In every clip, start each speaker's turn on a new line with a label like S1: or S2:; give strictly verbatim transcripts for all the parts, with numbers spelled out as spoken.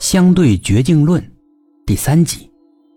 S1: 相对绝境论第三集。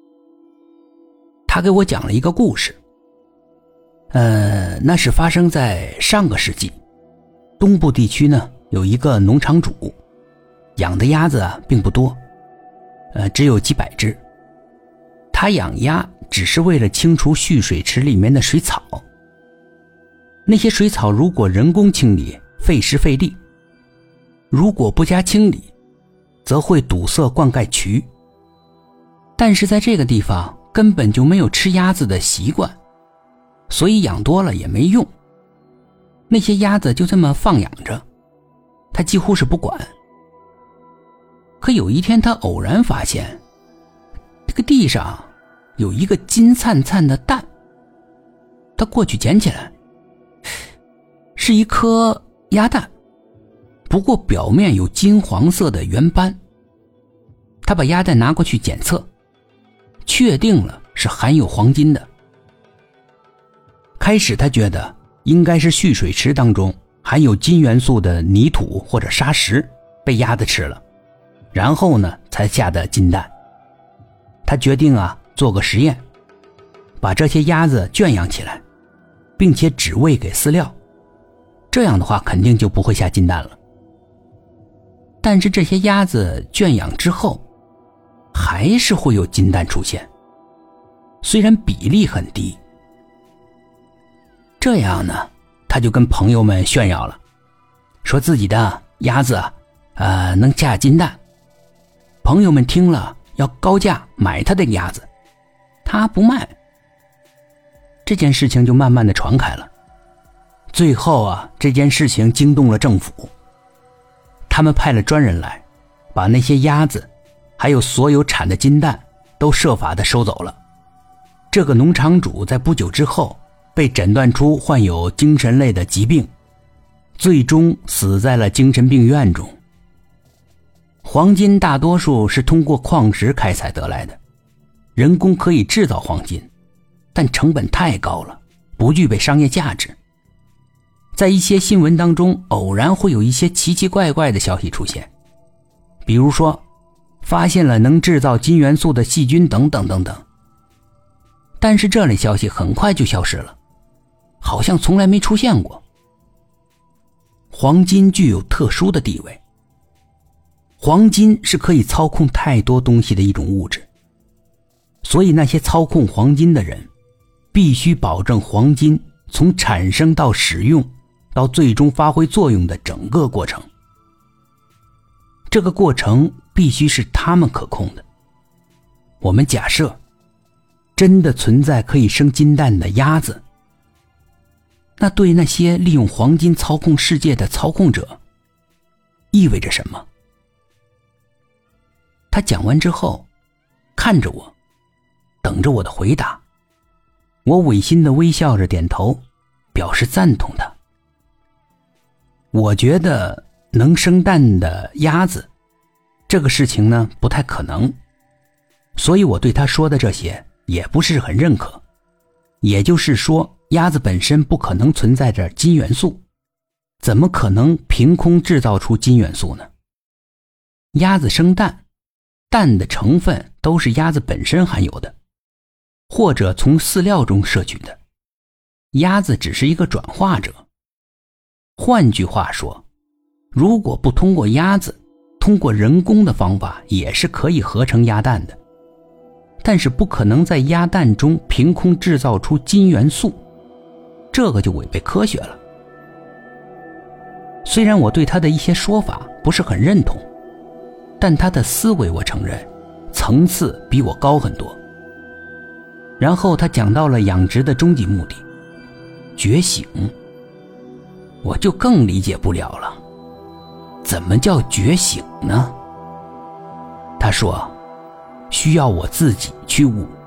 S1: 他给我讲了一个故事，呃，那是发生在上个世纪。东部地区呢，有一个农场主，养的鸭子啊并不多，呃，只有几百只。他养鸭只是为了清除蓄水池里面的水草。那些水草如果人工清理，费时费力；如果不加清理，则会堵塞灌溉渠。但是在这个地方根本就没有吃鸭子的习惯，所以养多了也没用。那些鸭子就这么放养着，他几乎是不管。可有一天他偶然发现，这个地上有一个金灿灿的蛋。他过去捡起来，是一颗鸭蛋，不过表面有金黄色的圆斑。他把鸭蛋拿过去检测，确定了是含有黄金的。开始他觉得应该是蓄水池当中含有金元素的泥土或者沙石被鸭子吃了，然后呢才下的金蛋。他决定啊做个实验，把这些鸭子圈养起来，并且只喂给饲料，这样的话肯定就不会下金蛋了。但是这些鸭子圈养之后还是会有金蛋出现，虽然比例很低。这样呢，他就跟朋友们炫耀了，说自己的鸭子呃能下金蛋。朋友们听了要高价买他的鸭子，他不卖。这件事情就慢慢的传开了。最后啊，这件事情惊动了政府，他们派了专人来，把那些鸭子还有所有产的金蛋都设法的收走了。这个农场主在不久之后被诊断出患有精神类的疾病，最终死在了精神病院中。黄金大多数是通过矿石开采得来的，人工可以制造黄金，但成本太高了，不具备商业价值。在一些新闻当中偶然会有一些奇奇怪怪的消息出现，比如说发现了能制造金元素的细菌等等等等。但是这类消息很快就消失了，好像从来没出现过。黄金具有特殊的地位，黄金是可以操控太多东西的一种物质，所以那些操控黄金的人必须保证黄金从产生到使用到最终发挥作用的整个过程。这个过程必须是他们可控的。我们假设真的存在可以生金蛋的鸭子，那对那些利用黄金操控世界的操控者意味着什么？他讲完之后看着我，等着我的回答。我违心的微笑着点头，表示赞同他。我觉得能生蛋的鸭子这个事情呢不太可能，所以我对他说的这些也不是很认可。也就是说，鸭子本身不可能存在着金元素，怎么可能凭空制造出金元素呢？鸭子生蛋，蛋的成分都是鸭子本身含有的，或者从饲料中摄取的，鸭子只是一个转化者。换句话说，如果不通过鸭子，通过人工的方法也是可以合成鸭蛋的，但是不可能在鸭蛋中凭空制造出金元素，这个就违背科学了。虽然我对他的一些说法不是很认同，但他的思维我承认层次比我高很多。然后他讲到了养殖的终极目的，觉醒。我就更理解不了了，怎么叫觉醒呢？他说需要我自己去悟。